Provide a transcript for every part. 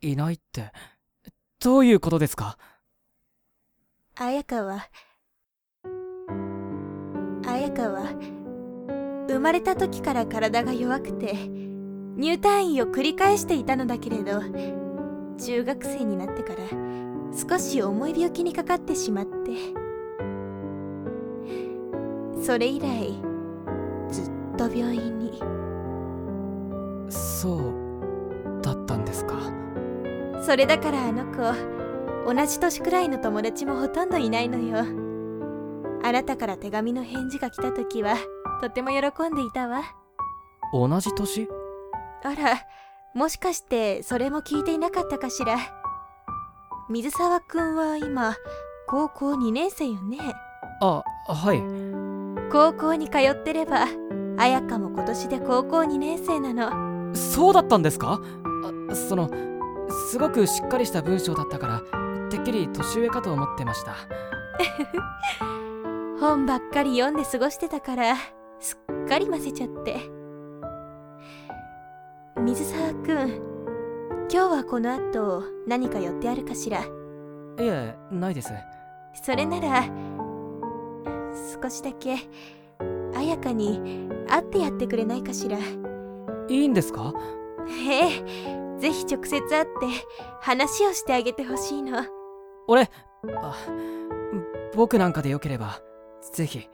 いないって、どういうことですか？ 彩香は生まれた時から体が弱くて入退院を繰り返していたのだけれど、中学生になってから少し重い病気にかかってしまって、それ以来ずっと病院に。 そうだったんですか。 それだからあの子、同じ年くらいの友達もほとんどいないのよ。あなたから手紙の返事が来た時はとても喜んでいたわ。 同じ年？ あら、もしかしてそれも聞いていなかったかしら。水沢くんは今高校2年生よね。 あ、はい。 高校に通ってれば彩香も今年で高校2年生なの。 そうだったんですか？すごくしっかりした文章だったから、てっきり年上かと思ってました。 本ばっかり読んで過ごしてたからすっかりませちゃって。水沢くん、今日はこの後何か予定あるかしら？ いえ、ないです。 それなら少しだけ彩香に会ってやってくれないかしら？ いいんですか？ ええ、ぜひ直接会って話をしてあげてほしいの。 あ、僕なんかでよければぜひ。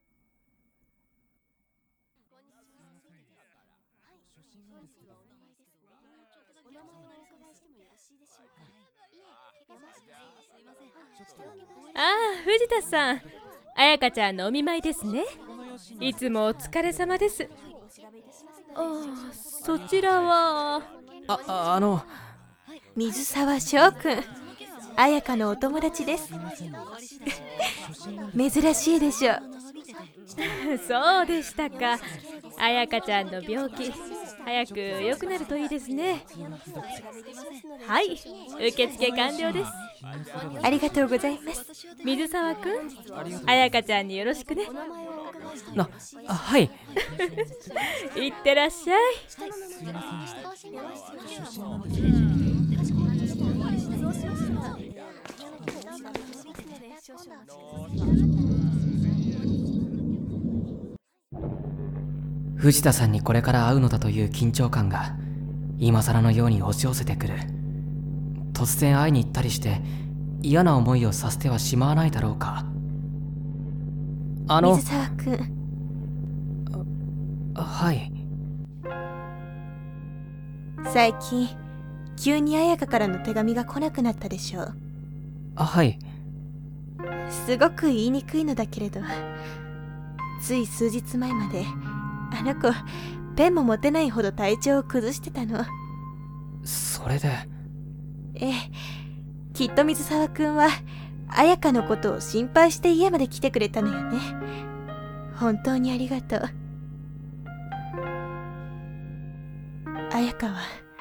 ああ、藤田さん、彩香ちゃんのお見舞いですね。いつもお疲れ様です。そちらは？ 水沢翔くん、彩香のお友達です。珍しいでしょ。 そうでしたか。彩香ちゃんの病気、早く良くなるといいですね。はい、受付完了です。 ありがとうございます。 水沢くん、彩香ちゃんによろしくね。 はい。 いってらっしゃい。 藤田さんにこれから会うのだという緊張感が今更のように押し寄せてくる。突然会いに行ったりして嫌な思いをさせてはしまわないだろうか。 水沢くん。 はい。 最近急に彩香からの手紙が来なくなったでしょ。 はい。 すごく言いにくいのだけれど、つい数日前まであの子ペンも持てないほど体調を崩してたの。 それで？ ええ、きっと水沢くんは彩香のことを心配して家まで来てくれたのよね。本当にありがとう。彩香は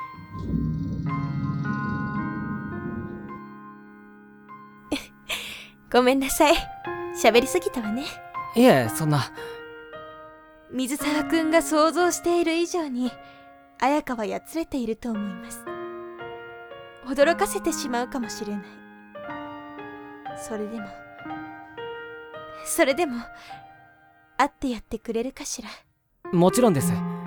ごめんなさい、喋りすぎたわね。 いえ、そんな。 水沢くんが想像している以上に彩香はやつれていると思います。驚かせてしまうかもしれない。それでも会ってやってくれるかしら？ もちろんです。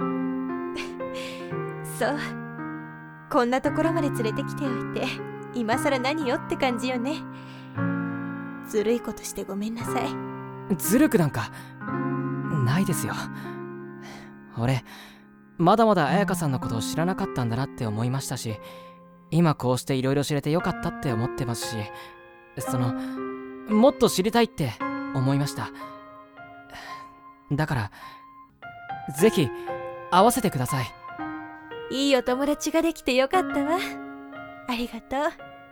そう、こんなところまで連れてきておいて今さら何よって感じよね。ずるいことしてごめんなさい。 ずるくなんかないですよ。俺まだまだ彩香さんのことを知らなかったんだなって思いましたし、今こうしていろいろ知れてよかったって思ってますし、もっと知りたいって思いました。だからぜひ会わせてください。 いいお友達ができてよかったわ。ありがとう。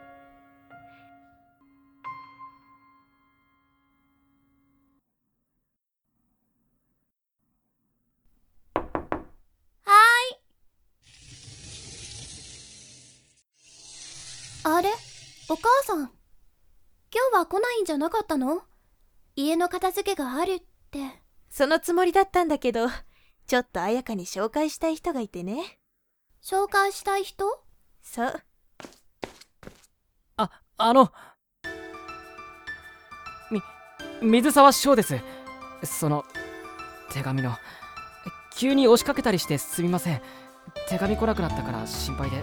あれ、お母さん、今日は来ないんじゃなかったの？家の片付けがあるって。 そのつもりだったんだけど、ちょっと彩香に紹介したい人がいてね。 紹介したい人？ そう、 水沢翔です。その手紙の急に押しかけたりしてすみません。手紙来なくなったから心配で。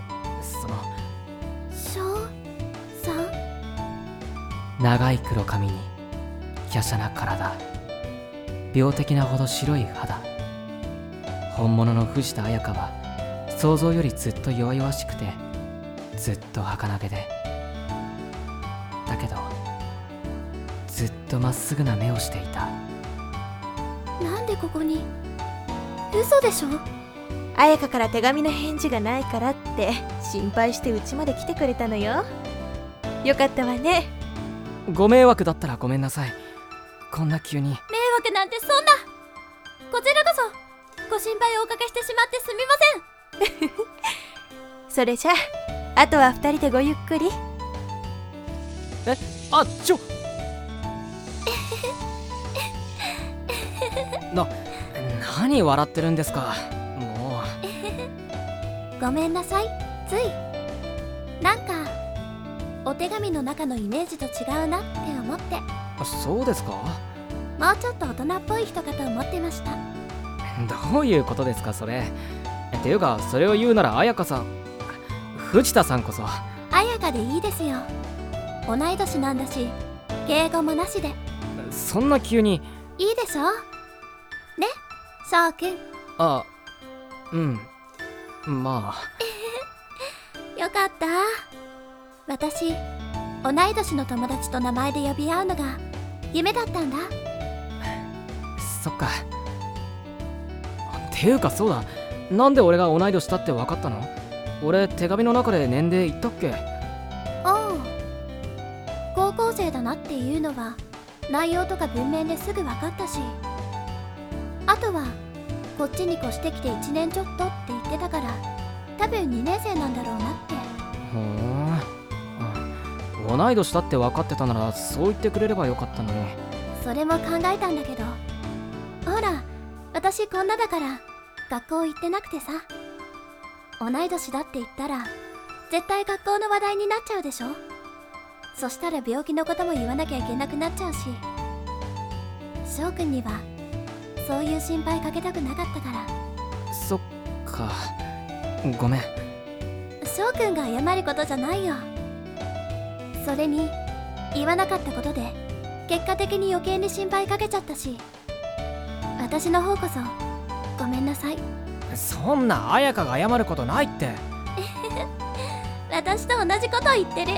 翔さん。 長い黒髪に華奢な体、病的なほど白い肌。本物の藤田彩香は想像よりずっと弱々しくて、ずっと儚げで、だけどずっとまっすぐな目をしていた。 なんでここに？嘘でしょ？ 彩香から手紙の返事がないからって心配してうちまで来てくれたのよ。よかったわね。 ご迷惑だったらごめんなさい。こんな急に。 迷惑なんてそんな。こちらこそご心配をおかけしてしまってすみません。 それじゃあとは2人でごゆっくり。 何笑ってるんですか。もうごめんなさい。ついなんかお手紙の中のイメージと違うなって思って。 そうですか。 もうちょっと大人っぽい人かと思ってました。 どういうことですかそれ。っていうかそれを言うなら彩香さん、藤田さんこそ。 彩香でいいですよ。同い年なんだし敬語もなしで。 そんな急に。 いいでしょね、翔くん。 あ、うん、まあ。よかった。私同い年の友達と名前で呼び合うのが夢だったんだ。 そっか。っていうかそうだ、なんで俺が同い年だって分かったの？俺手紙の中で年齢言ったっけ？ ああ、高校生だなっていうのは内容とか文面ですぐ分かったし、あとはこっちに越してきて1年ちょっとって言ってたから多分2年生なんだろうなって。 同い年だって分かってたならそう言ってくれればよかったのに。 それも考えたんだけど、ほら私こんなだから学校行ってなくてさ。同い年だって言ったら絶対学校の話題になっちゃうでしょ。そしたら病気のことも言わなきゃいけなくなっちゃうし、翔くんにはそういう心配かけたくなかったから。 そっか、ごめん。 翔くんが謝ることじゃないよ。それに言わなかったことで結果的に余計に心配かけちゃったし、私の方こそごめんなさい。 そんな彩香が謝ることないって。 私と同じこと言ってる。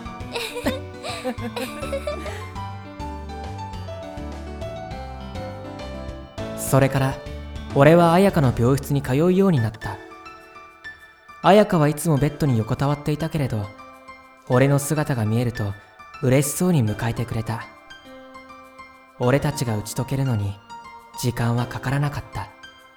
それから俺は彩香の病室に通うようになった。彩香はいつもベッドに横たわっていたけれど、俺の姿が見えると嬉しそうに迎えてくれた。俺たちが打ち解けるのに時間はかからなかった。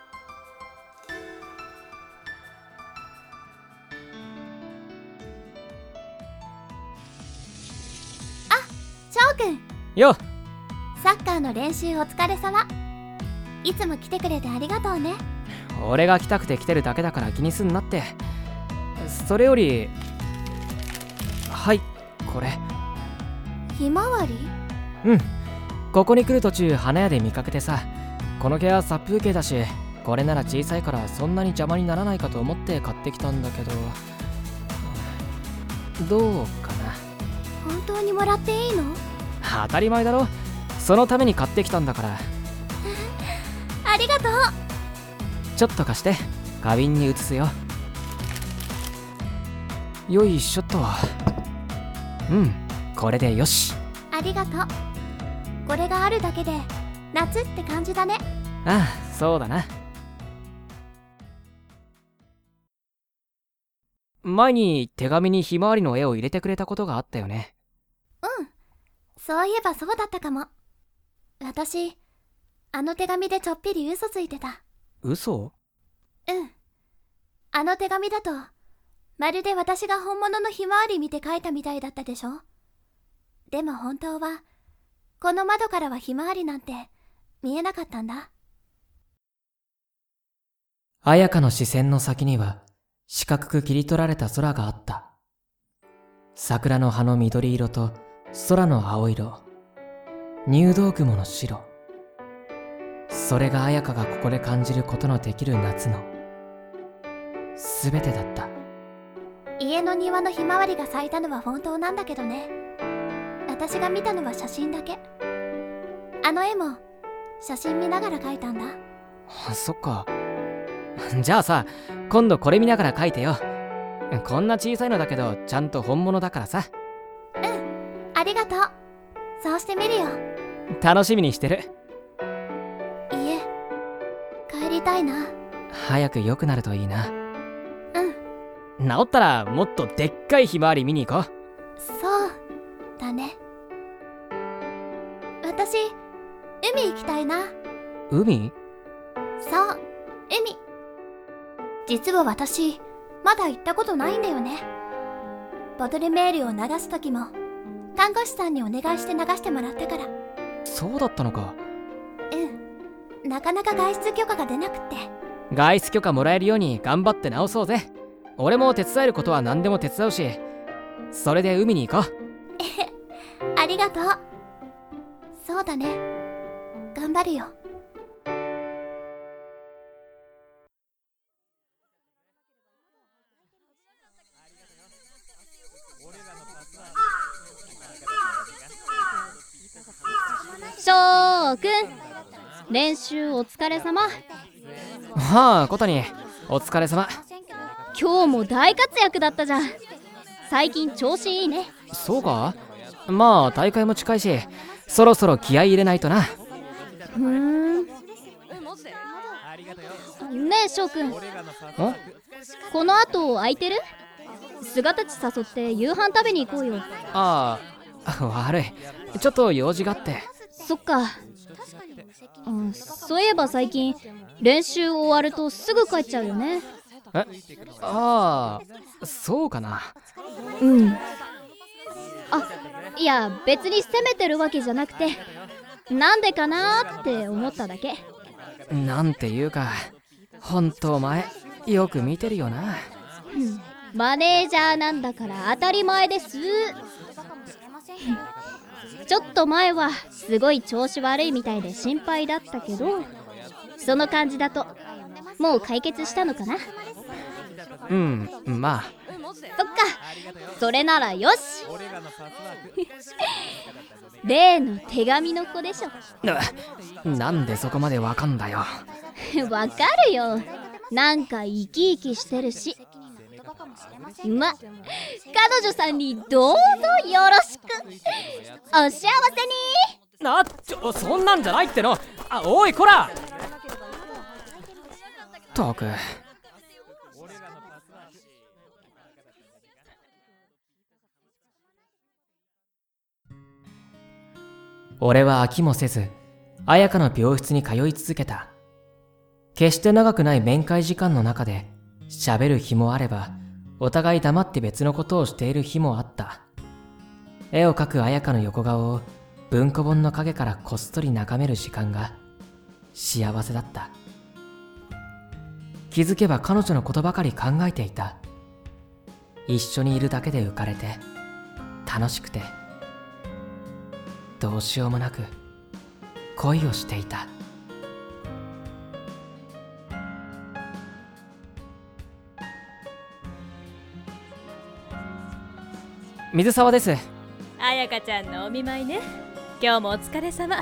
翔くん。 よっ。 サッカーの練習お疲れ様。いつも来てくれてありがとうね。 俺が来たくて来てるだけだから気にすんなって。それより、はい、これ。 ひまわり？ うん、ここに来る途中花屋で見かけてさ。この毛は殺風景だし、これなら小さいからそんなに邪魔にならないかと思って買ってきたんだけど、どうかな。 本当にもらっていいの？ 当たり前だろ、そのために買ってきたんだから。 ありがとう。 ちょっと貸して、花瓶に移すよ。よいしょっと。うん、これでよし。 ありがとう。これがあるだけで夏って感じだね。 ああ、そうだな。前に手紙にひまわりの絵を入れてくれたことがあったよね。 うん、そういえばそうだったかも。私あの手紙でちょっぴり嘘ついてた。 嘘？ うん、あの手紙だとまるで私が本物のひまわり見て描いたみたいだったでしょ。でも本当はこの窓からはひまわりなんて見えなかったんだ。 彩香の視線の先には四角く切り取られた空があった。 桜の葉の緑色と空の青色、入道雲の白。それが彩香がここで感じることのできる夏の全てだった。 家の庭のひまわりが咲いたのは本当なんだけどね。私が見たのは写真だけ。あの絵も写真見ながら描いたんだ。 そっか。じゃあさ、今度これ見ながら描いてよ。こんな小さいのだけどちゃんと本物だからさ。 ありがとう。そうしてみるよ。 楽しみにしてる。 家帰りたいな。 早く良くなるといいな。 うん。 治ったらもっとでっかいひまわり見に行こう。 そうだね。私海行きたいな。 海？ そう、海。実は私まだ行ったことないんだよね。ボトルメールを流す時も看護師さんにお願いして流してもらったから。 そうだったのか。 なかなか外出許可が出なくって。 外出許可もらえるように頑張って直そうぜ。俺も手伝えることは何でも手伝うし、それで海に行こう。 ありがとう。そうだね、頑張るよ。 翔くん、練習お疲れ様。 はあ、ことにお疲れ様。 今日も大活躍だったじゃん。最近調子いいね。 そうか？まあ大会も近いし、そろそろ気合い入れないとな。 ねえ翔くん、この後空いてる？菅たち誘って夕飯食べに行こうよ。 ああ、悪い、ちょっと用事があって。 そっか。そういえば最近練習終わるとすぐ帰っちゃうよね。 ああ、そうかな。 いや別に責めてるわけじゃなくて、なんでかなーって思っただけ。 なんていうか、ほんとお前よく見てるよな。 マネージャーなんだから当たり前です。ちょっと前はすごい調子悪いみたいで心配だったけど、その感じだともう解決したのかな。 まあ。 そっか、それならよし。例の手紙の子でしょ。 なんでそこまでわかんだよ。 わかるよ、なんか生き生きしてるし。彼女さんにどうぞよろしく。お幸せに。 そんなんじゃないっての。おいこら。ったく。俺は飽きもせず彩香の病室に通い続けた。決して長くない面会時間の中で喋る日もあれば、お互い黙って別のことをしている日もあった。絵を描く彩香の横顔を文庫本の陰からこっそり眺める時間が幸せだった。気づけば彼女のことばかり考えていた。一緒にいるだけで浮かれて楽しくて、どうしようもなく恋をしていた。水沢です。 彩香ちゃんのお見舞いね。今日もお疲れ様。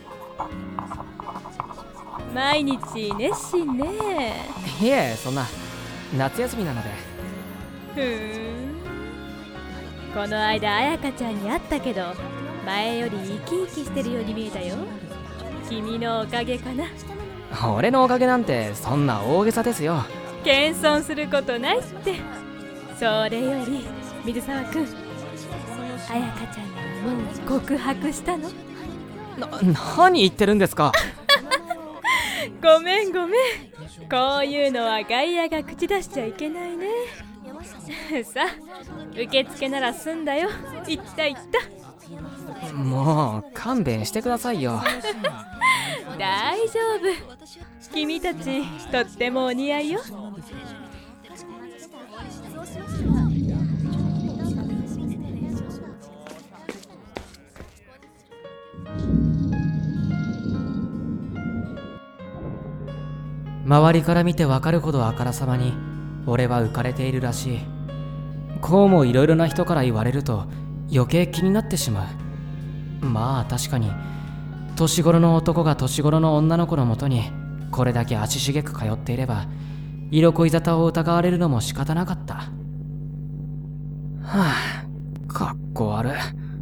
毎日熱心ね。 いえ、そんな。夏休みなので。 この間彩香ちゃんに会ったけど、前より生き生きしてるように見えたよ。君のおかげかな。 俺のおかげなんてそんな大げさですよ。 謙遜することないって。それより水沢くん、彩香ちゃんにもう告白したの？ 何言ってるんですか。 ごめん。こういうのは外野が口出しちゃいけないね。さあ、受付なら済んだよ。行った。 もう勘弁してくださいよ。 大丈夫、君たちとってもお似合いよ。 周りから見てわかるほどあからさまに俺は浮かれているらしい。こうもいろいろな人から言われると余計気になってしまう。まあ確かに年頃の男が年頃の女の子のもとにこれだけ足しげく通っていれば色恋沙汰を疑われるのも仕方なかった。はあ、かっこ悪い。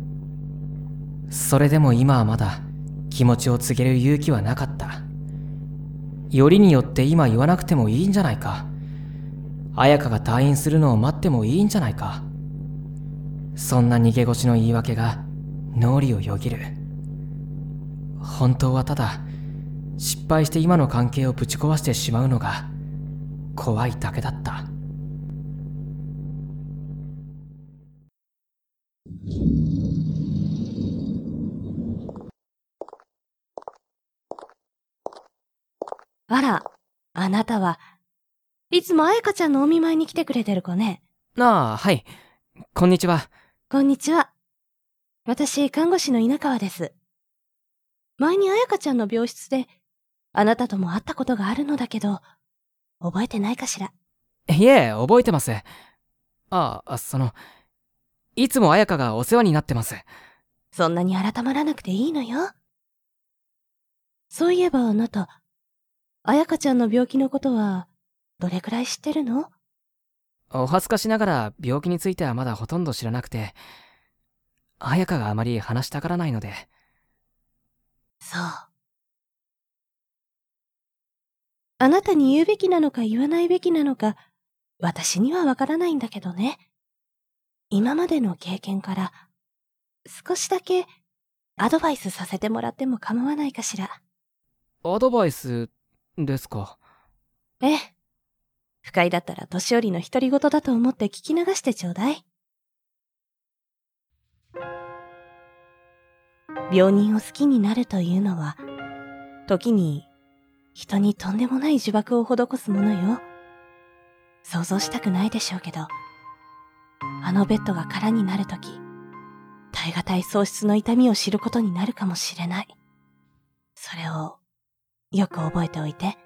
それでも今はまだ気持ちを告げる勇気はなかった。よりによって今言わなくてもいいんじゃないか。綾香が退院するのを待ってもいいんじゃないか。そんな逃げ腰の言い訳が脳裏をよぎる。本当はただ失敗して今の関係をぶち壊してしまうのが怖いだけだった。 あら、あなたはいつも彩香ちゃんのお見舞いに来てくれてる子ね。 ああ、はい。こんにちは。 こんにちは。私、看護師の稲川です。前に彩香ちゃんの病室で、あなたとも会ったことがあるのだけど、覚えてないかしら。 いえ、覚えてます。いつも彩香がお世話になってます。 そんなに改まらなくていいのよ。そういえばあなた、彩香ちゃんの病気のことは、どれくらい知ってるの？ お恥ずかしながら病気についてはまだほとんど知らなくて、彩香があまり話したがらないので。 そう。あなたに言うべきなのか言わないべきなのか、私にはわからないんだけどね。今までの経験から、少しだけアドバイスさせてもらっても構わないかしら。 アドバイスですか？ ええ。不快だったら年寄りの独り言だと思って聞き流してちょうだい。病人を好きになるというのは、時に人にとんでもない呪縛を施すものよ。想像したくないでしょうけど、あのベッドが空になるとき、耐え難い喪失の痛みを知ることになるかもしれない。それを、よく覚えておいて。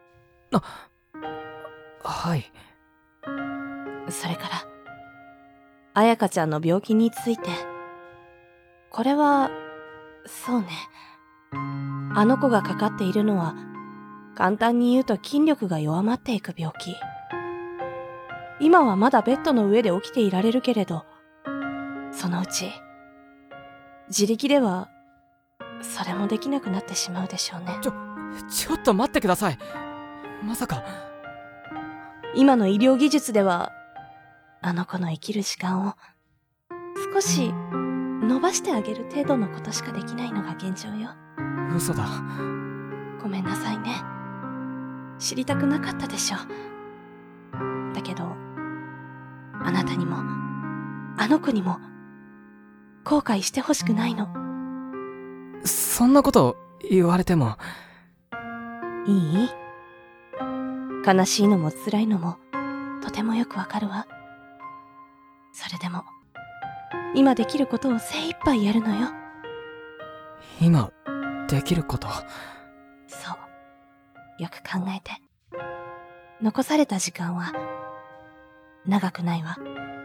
はい。 それから、彩香ちゃんの病気について。これは、そうね。あの子がかかっているのは、簡単に言うと筋力が弱まっていく病気。今はまだベッドの上で起きていられるけれど、そのうち、自力では、それもできなくなってしまうでしょうね。 ちょっと待ってください。まさか。 今の医療技術では、あの子の生きる時間を、少し、伸ばしてあげる程度のことしかできないのが現状よ。 嘘だ。 ごめんなさいね。知りたくなかったでしょ。だけど、あなたにも、あの子にも、後悔してほしくないの。 そんなこと言われても。 いい？悲しいのも辛いのも、とてもよくわかるわ。それでも、今できることを精一杯やるのよ。 今、できること。 そう。よく考えて。残された時間は、長くないわ。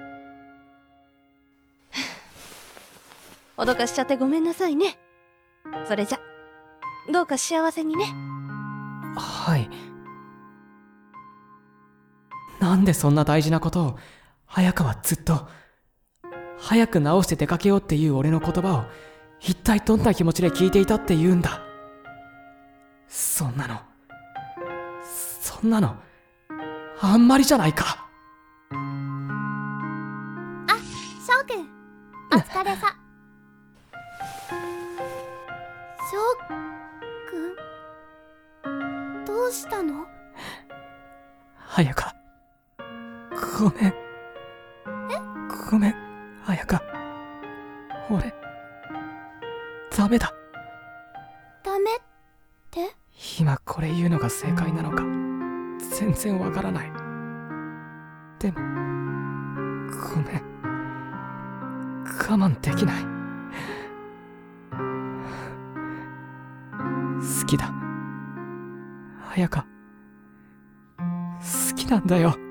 脅かしちゃってごめんなさいね。それじゃ、どうか幸せにね。 はい。なんでそんな大事なことを彩香はずっと早く治して出かけようっていう俺の言葉を一体どんな気持ちで聞いていたって言うんだ。そんなのあんまりじゃないか。 あ、翔くんお疲れさ。翔くんどうしたの？ 彩香、ごめん。ごめん、彩香。俺、ダメだ。 ダメって？ 今これ言うのが正解なのか、全然わからない。でも、ごめん。我慢できない。好きだ。彩香、 きなんだよ。